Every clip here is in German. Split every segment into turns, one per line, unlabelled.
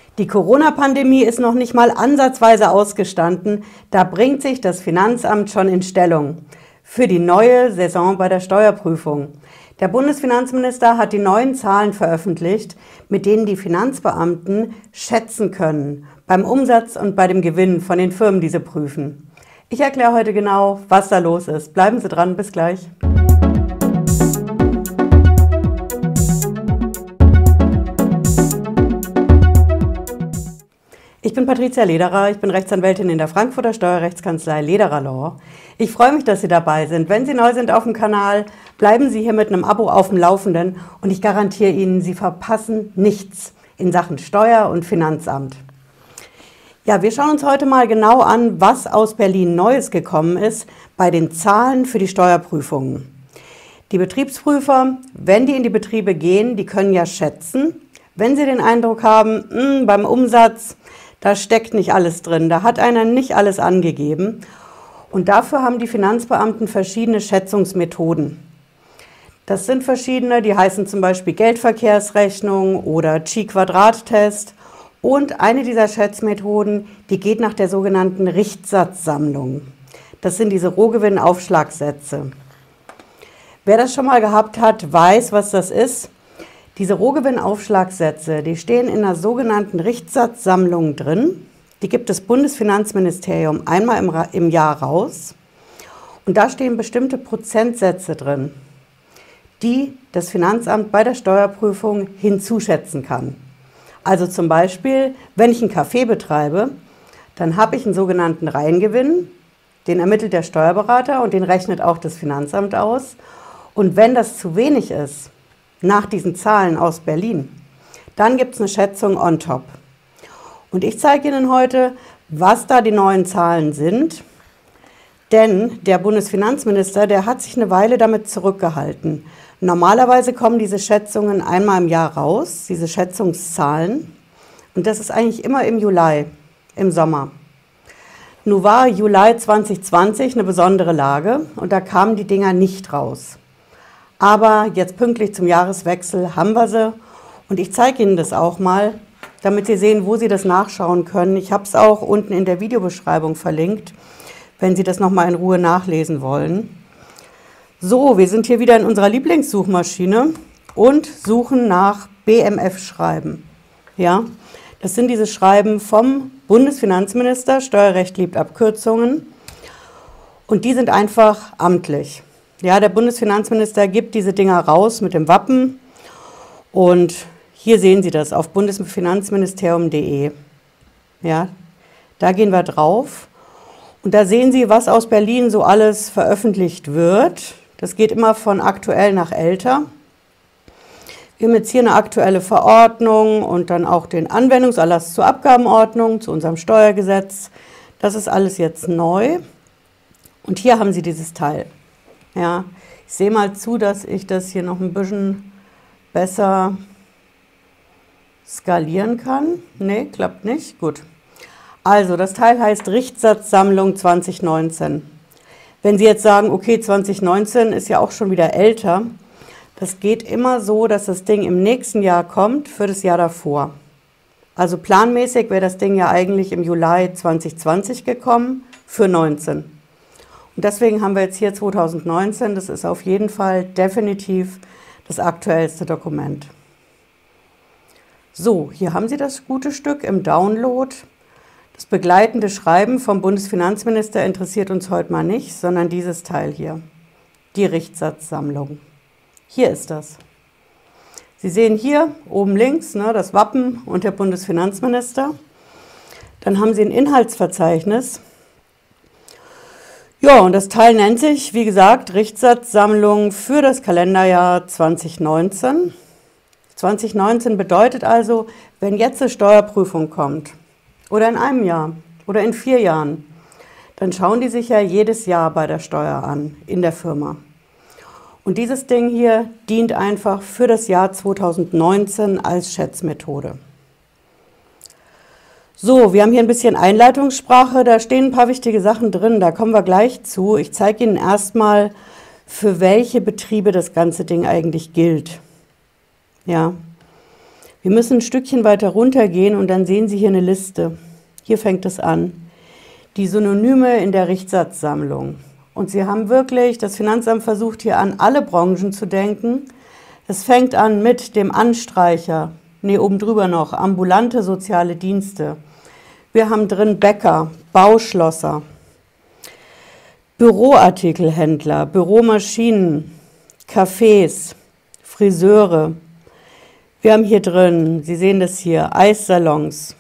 Die Corona-Pandemie ist noch nicht mal ansatzweise ausgestanden, da bringt sich das Finanzamt schon in Stellung für die neue Saison bei der Steuerprüfung. Der Bundesfinanzminister hat die neuen Zahlen veröffentlicht, mit denen die Finanzbeamten schätzen können beim Umsatz und bei dem Gewinn von den Firmen, die sie prüfen. Ich erkläre heute genau, was da los ist. Bleiben Sie dran, bis gleich. Ich bin Patricia Lederer, ich bin Rechtsanwältin in der Frankfurter Steuerrechtskanzlei Lederer Law. Ich freue mich, dass Sie dabei sind. Wenn Sie neu sind auf dem Kanal, bleiben Sie hier mit einem Abo auf dem Laufenden und ich garantiere Ihnen, Sie verpassen nichts in Sachen Steuer- und Finanzamt. Ja, wir schauen uns heute mal genau an, was aus Berlin Neues gekommen ist bei den Zahlen für die Steuerprüfungen. Die Betriebsprüfer, wenn die in die Betriebe gehen, die können ja schätzen, wenn sie den Eindruck haben, beim Umsatz, da steckt nicht alles drin, da hat einer nicht alles angegeben. Und dafür haben die Finanzbeamten verschiedene Schätzungsmethoden. Das sind verschiedene, die heißen zum Beispiel Geldverkehrsrechnung oder Chi-Quadrat-Test. Und eine dieser Schätzmethoden, die geht nach der sogenannten Richtsatzsammlung. Das sind diese Rohgewinnaufschlagsätze. Wer das schon mal gehabt hat, weiß, was das ist. Diese Rohgewinnaufschlagsätze, die stehen in einer sogenannten Richtsatzsammlung drin. Die gibt das Bundesfinanzministerium einmal im Jahr raus. Und da stehen bestimmte Prozentsätze drin, die das Finanzamt bei der Steuerprüfung hinzuschätzen kann. Also zum Beispiel, wenn ich einen Café betreibe, dann habe ich einen sogenannten Reingewinn, den ermittelt der Steuerberater und den rechnet auch das Finanzamt aus. Und wenn das zu wenig ist, nach diesen Zahlen aus Berlin, dann gibt es eine Schätzung on top. Und ich zeige Ihnen heute, was da die neuen Zahlen sind, denn der Bundesfinanzminister, der hat sich eine Weile damit zurückgehalten. Normalerweise kommen diese Schätzungen einmal im Jahr raus, diese Schätzungszahlen, und das ist eigentlich immer im Juli, im Sommer. Nun war Juli 2020 eine besondere Lage und da kamen die Dinger nicht raus. Aber jetzt pünktlich zum Jahreswechsel haben wir sie und ich zeige Ihnen das auch mal, damit Sie sehen, wo Sie das nachschauen können. Ich habe es auch unten in der Videobeschreibung verlinkt, wenn Sie das nochmal in Ruhe nachlesen wollen. So, wir sind hier wieder in unserer Lieblingssuchmaschine und suchen nach BMF-Schreiben. Ja, das sind diese Schreiben vom Bundesfinanzminister, Steuerrecht liebt Abkürzungen und die sind einfach amtlich. Ja, der Bundesfinanzminister gibt diese Dinger raus mit dem Wappen und hier sehen Sie das auf bundesfinanzministerium.de. Ja, da gehen wir drauf und da sehen Sie, was aus Berlin so alles veröffentlicht wird. Das geht immer von aktuell nach älter. Wir haben jetzt hier eine aktuelle Verordnung und dann auch den Anwendungserlass zur Abgabenordnung, zu unserem Steuergesetz. Das ist alles jetzt neu und hier haben Sie dieses Teil. Ja, ich sehe mal zu, dass ich das hier noch ein bisschen besser skalieren kann. Nee, klappt nicht. Gut. Also, das Teil heißt Richtsatzsammlung 2019. Wenn Sie jetzt sagen, okay, 2019 ist ja auch schon wieder älter, das geht immer so, dass das Ding im nächsten Jahr kommt für das Jahr davor. Also planmäßig wäre das Ding ja eigentlich im Juli 2020 gekommen für 19. Und deswegen haben wir jetzt hier 2019, das ist auf jeden Fall definitiv das aktuellste Dokument. So, hier haben Sie das gute Stück im Download. Das begleitende Schreiben vom Bundesfinanzminister interessiert uns heute mal nicht, sondern dieses Teil hier, die Richtsatzsammlung. Hier ist das. Sie sehen hier oben links das Wappen und der Bundesfinanzminister. Dann haben Sie ein Inhaltsverzeichnis. Ja, und das Teil nennt sich, wie gesagt, Richtsatzsammlung für das Kalenderjahr 2019. 2019 bedeutet also, wenn jetzt eine Steuerprüfung kommt, oder in einem Jahr, oder in 4 Jahren, dann schauen die sich ja jedes Jahr bei der Steuer an, in der Firma. Und dieses Ding hier dient einfach für das Jahr 2019 als Schätzmethode. So, wir haben hier ein bisschen Einleitungssprache, da stehen ein paar wichtige Sachen drin, da kommen wir gleich zu. Ich zeige Ihnen erstmal, für welche Betriebe das ganze Ding eigentlich gilt. Ja. Wir müssen ein Stückchen weiter runter gehen und dann sehen Sie hier eine Liste. Hier fängt es an. Die Synonyme in der Richtsatzsammlung. Und Sie haben wirklich, das Finanzamt versucht hier an alle Branchen zu denken. Es fängt an mit dem Anstreicher, oben drüber noch, ambulante soziale Dienste. Wir haben drin Bäcker, Bauschlosser, Büroartikelhändler, Büromaschinen, Cafés, Friseure. Wir haben hier drin, Sie sehen das hier, Eissalons,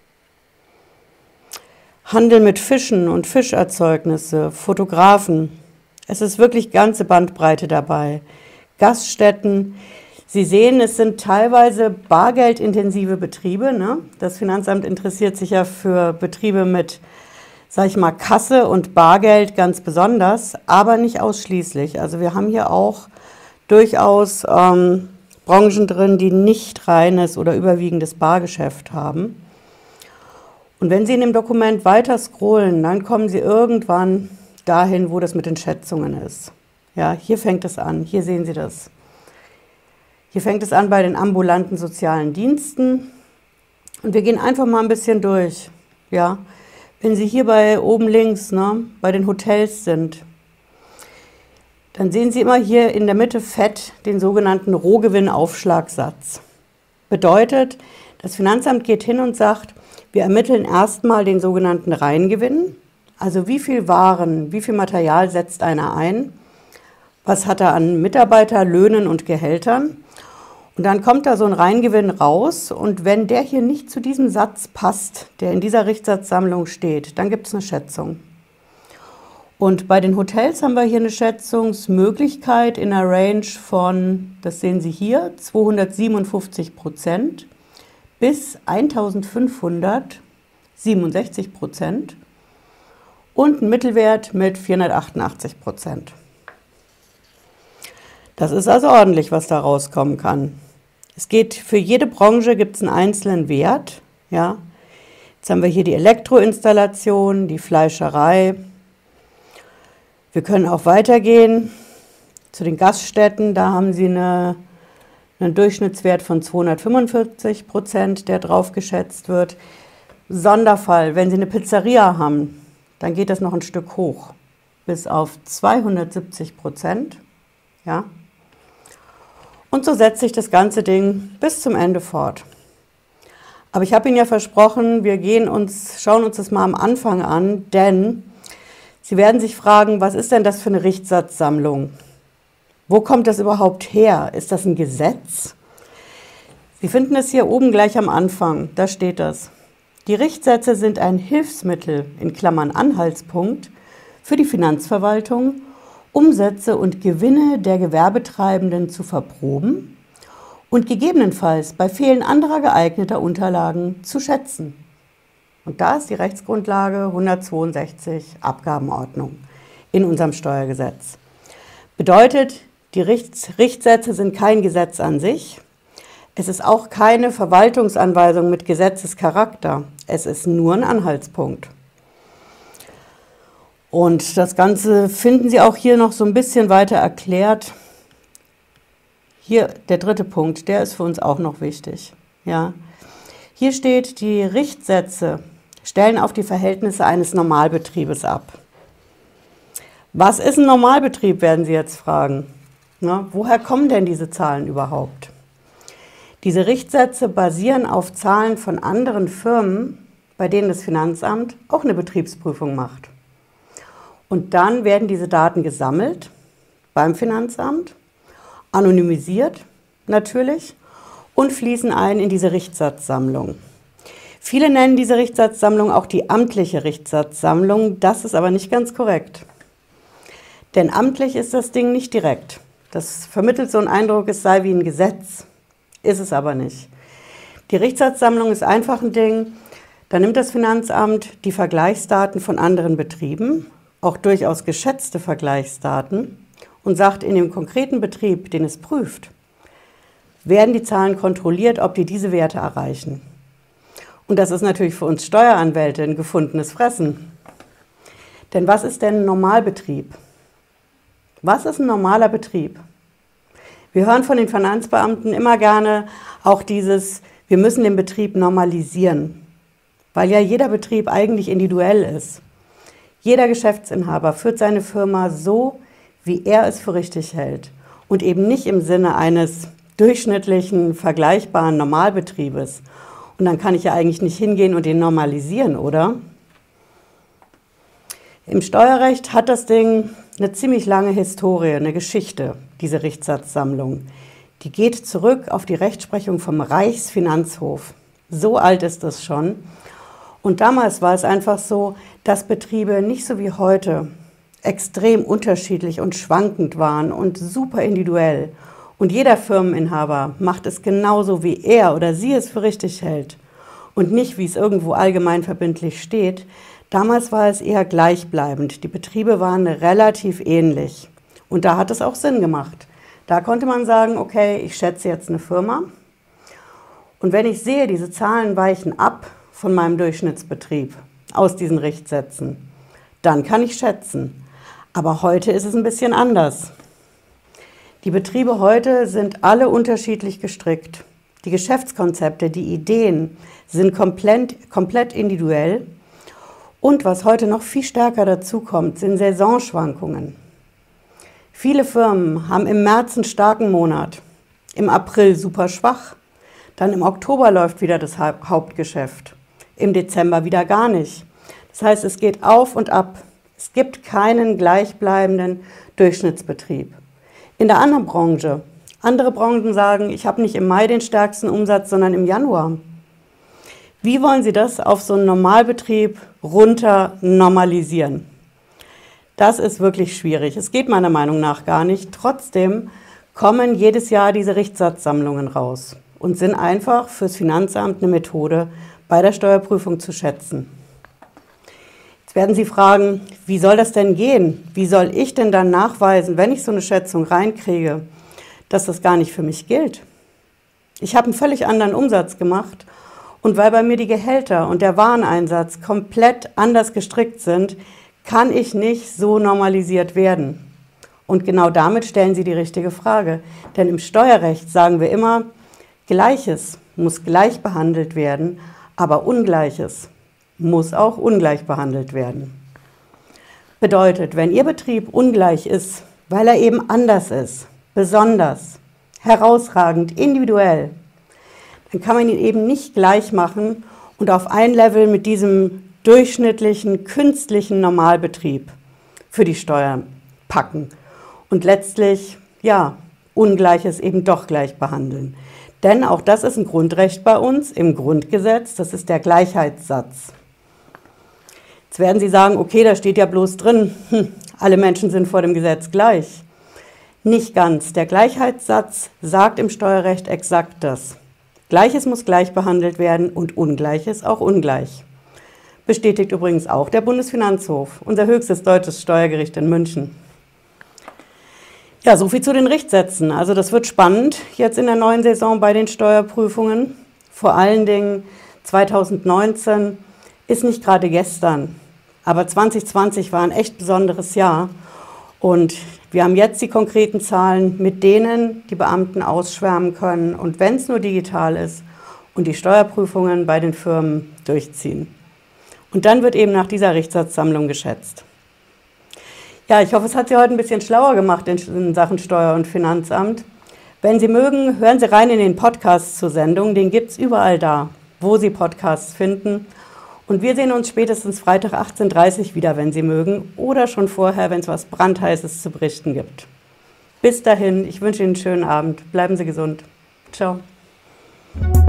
Handel mit Fischen und Fischerzeugnisse, Fotografen. Es ist wirklich ganze Bandbreite dabei. Gaststätten. Sie sehen, es sind teilweise bargeldintensive Betriebe. Ne? Das Finanzamt interessiert sich ja für Betriebe mit, sag ich mal, Kasse und Bargeld ganz besonders, aber nicht ausschließlich. Also wir haben hier auch durchaus Branchen drin, die nicht reines oder überwiegendes Bargeschäft haben. Und wenn Sie in dem Dokument weiter scrollen, dann kommen Sie irgendwann dahin, wo das mit den Schätzungen ist. Ja, hier fängt es an, hier sehen Sie das. Hier fängt es an bei den ambulanten sozialen Diensten. Und wir gehen einfach mal ein bisschen durch. Ja, wenn Sie hier bei oben links, bei den Hotels sind, dann sehen Sie immer hier in der Mitte fett den sogenannten Rohgewinnaufschlagsatz. Bedeutet, das Finanzamt geht hin und sagt, wir ermitteln erstmal den sogenannten Reingewinn, also wie viel Waren, wie viel Material setzt einer ein, was hat er an Mitarbeiterlöhnen und Gehältern und dann kommt da so ein Reingewinn raus und wenn der hier nicht zu diesem Satz passt, der in dieser Richtsatzsammlung steht, dann gibt es eine Schätzung. Und bei den Hotels haben wir hier eine Schätzungsmöglichkeit in einer Range von, das sehen Sie hier, 257% bis 1567% und ein Mittelwert mit 488%. Das ist also ordentlich, was da rauskommen kann. Es geht für jede Branche gibt es einen einzelnen Wert. Ja. Jetzt haben wir hier die Elektroinstallation, die Fleischerei. Wir können auch weitergehen zu den Gaststätten. Da haben Sie einen Durchschnittswert von 245%, der drauf geschätzt wird. Sonderfall, wenn Sie eine Pizzeria haben, dann geht das noch ein Stück hoch, bis auf 270%. Ja. Und so setzt sich das ganze Ding bis zum Ende fort. Aber ich habe Ihnen ja versprochen, wir schauen uns das mal am Anfang an, denn Sie werden sich fragen, was ist denn das für eine Richtsatzsammlung? Wo kommt das überhaupt her? Ist das ein Gesetz? Sie finden es hier oben gleich am Anfang, da steht das. Die Richtsätze sind ein Hilfsmittel, in Klammern Anhaltspunkt, für die Finanzverwaltung, Umsätze und Gewinne der Gewerbetreibenden zu verproben und gegebenenfalls bei Fehlen anderer geeigneter Unterlagen zu schätzen. Und da ist die Rechtsgrundlage 162 Abgabenordnung in unserem Steuergesetz. Bedeutet, die Richtsätze sind kein Gesetz an sich. Es ist auch keine Verwaltungsanweisung mit Gesetzescharakter. Es ist nur ein Anhaltspunkt. Und das Ganze finden Sie auch hier noch so ein bisschen weiter erklärt. Hier der dritte Punkt, der ist für uns auch noch wichtig. Ja. Hier steht, die Richtsätze stellen auf die Verhältnisse eines Normalbetriebes ab. Was ist ein Normalbetrieb, werden Sie jetzt fragen. Na, woher kommen denn diese Zahlen überhaupt? Diese Richtsätze basieren auf Zahlen von anderen Firmen, bei denen das Finanzamt auch eine Betriebsprüfung macht. Und dann werden diese Daten gesammelt beim Finanzamt, anonymisiert natürlich und fließen ein in diese Richtsatzsammlung. Viele nennen diese Richtsatzsammlung auch die amtliche Richtsatzsammlung, das ist aber nicht ganz korrekt. Denn amtlich ist das Ding nicht direkt. Das vermittelt so einen Eindruck, es sei wie ein Gesetz, ist es aber nicht. Die Richtsatzsammlung ist einfach ein Ding, da nimmt das Finanzamt die Vergleichsdaten von anderen Betrieben, auch durchaus geschätzte Vergleichsdaten, und sagt, in dem konkreten Betrieb, den es prüft, werden die Zahlen kontrolliert, ob die diese Werte erreichen. Und das ist natürlich für uns Steueranwälte ein gefundenes Fressen. Denn was ist denn ein Normalbetrieb? Was ist ein normaler Betrieb? Wir hören von den Finanzbeamten immer gerne auch dieses, Wir müssen den Betrieb normalisieren, weil ja jeder Betrieb eigentlich individuell ist. Jeder Geschäftsinhaber führt seine Firma so, wie er es für richtig hält und eben nicht im Sinne eines durchschnittlichen, vergleichbaren Normalbetriebes. Und dann kann ich ja eigentlich nicht hingehen und den normalisieren, oder? Im Steuerrecht hat das Ding eine ziemlich lange Historie, eine Geschichte, diese Richtsatzsammlung. Die geht zurück auf die Rechtsprechung vom Reichsfinanzhof. So alt ist das schon. Und damals war es einfach so, dass Betriebe nicht so wie heute extrem unterschiedlich und schwankend waren und super individuell. Und jeder Firmeninhaber macht es genauso, wie er oder sie es für richtig hält. Und nicht, wie es irgendwo allgemein verbindlich steht. Damals war es eher gleichbleibend. Die Betriebe waren relativ ähnlich. Und da hat es auch Sinn gemacht. Da konnte man sagen, okay, ich schätze jetzt eine Firma. Und wenn ich sehe, diese Zahlen weichen ab von meinem Durchschnittsbetrieb aus diesen Richtsätzen, dann kann ich schätzen. Aber heute ist es ein bisschen anders. Die Betriebe heute sind alle unterschiedlich gestrickt. Die Geschäftskonzepte, die Ideen sind komplett individuell. Und was heute noch viel stärker dazu kommt, sind Saisonschwankungen. Viele Firmen haben im März einen starken Monat, im April super schwach, dann im Oktober läuft wieder das Hauptgeschäft, im Dezember wieder gar nicht. Das heißt, es geht auf und ab. Es gibt keinen gleichbleibenden Durchschnittsbetrieb. In der anderen Branche, andere Branchen sagen, ich habe nicht im Mai den stärksten Umsatz, sondern im Januar. Wie wollen Sie das auf so einen Normalbetrieb runter normalisieren? Das ist wirklich schwierig. Es geht meiner Meinung nach gar nicht. Trotzdem kommen jedes Jahr diese Richtsatzsammlungen raus und sind einfach fürs Finanzamt eine Methode, bei der Steuerprüfung zu schätzen. Jetzt werden Sie fragen, wie soll das denn gehen? Wie soll ich denn dann nachweisen, wenn ich so eine Schätzung reinkriege, dass das gar nicht für mich gilt? Ich habe einen völlig anderen Umsatz gemacht. Und weil bei mir die Gehälter und der Wareneinsatz komplett anders gestrickt sind, kann ich nicht so normalisiert werden. Und genau damit stellen Sie die richtige Frage. Denn im Steuerrecht sagen wir immer, Gleiches muss gleich behandelt werden, aber Ungleiches muss auch ungleich behandelt werden. Bedeutet, wenn Ihr Betrieb ungleich ist, weil er eben anders ist, besonders, herausragend, individuell, dann kann man ihn eben nicht gleich machen und auf ein Level mit diesem durchschnittlichen, künstlichen Normalbetrieb für die Steuern packen und letztlich, ja, Ungleiches eben doch gleich behandeln. Denn auch das ist ein Grundrecht bei uns im Grundgesetz, das ist der Gleichheitssatz. Jetzt werden Sie sagen, okay, da steht ja bloß drin, alle Menschen sind vor dem Gesetz gleich. Nicht ganz. Der Gleichheitssatz sagt im Steuerrecht exakt das. Gleiches muss gleich behandelt werden und Ungleiches auch ungleich. Bestätigt übrigens auch der Bundesfinanzhof, unser höchstes deutsches Steuergericht in München. Ja, soviel zu den Richtsätzen. Also das wird spannend jetzt in der neuen Saison bei den Steuerprüfungen. Vor allen Dingen 2019 ist nicht gerade gestern, aber 2020 war ein echt besonderes Jahr. Und wir haben jetzt die konkreten Zahlen, mit denen die Beamten ausschwärmen können und wenn es nur digital ist und die Steuerprüfungen bei den Firmen durchziehen. Und dann wird eben nach dieser Richtsatzsammlung geschätzt. Ja, ich hoffe, es hat Sie heute ein bisschen schlauer gemacht in Sachen Steuer- und Finanzamt. Wenn Sie mögen, hören Sie rein in den Podcast zur Sendung. Den gibt es überall da, wo Sie Podcasts finden. Und wir sehen uns spätestens Freitag 18:30 Uhr wieder, wenn Sie mögen, oder schon vorher, wenn es was Brandheißes zu berichten gibt. Bis dahin, ich wünsche Ihnen einen schönen Abend. Bleiben Sie gesund. Ciao.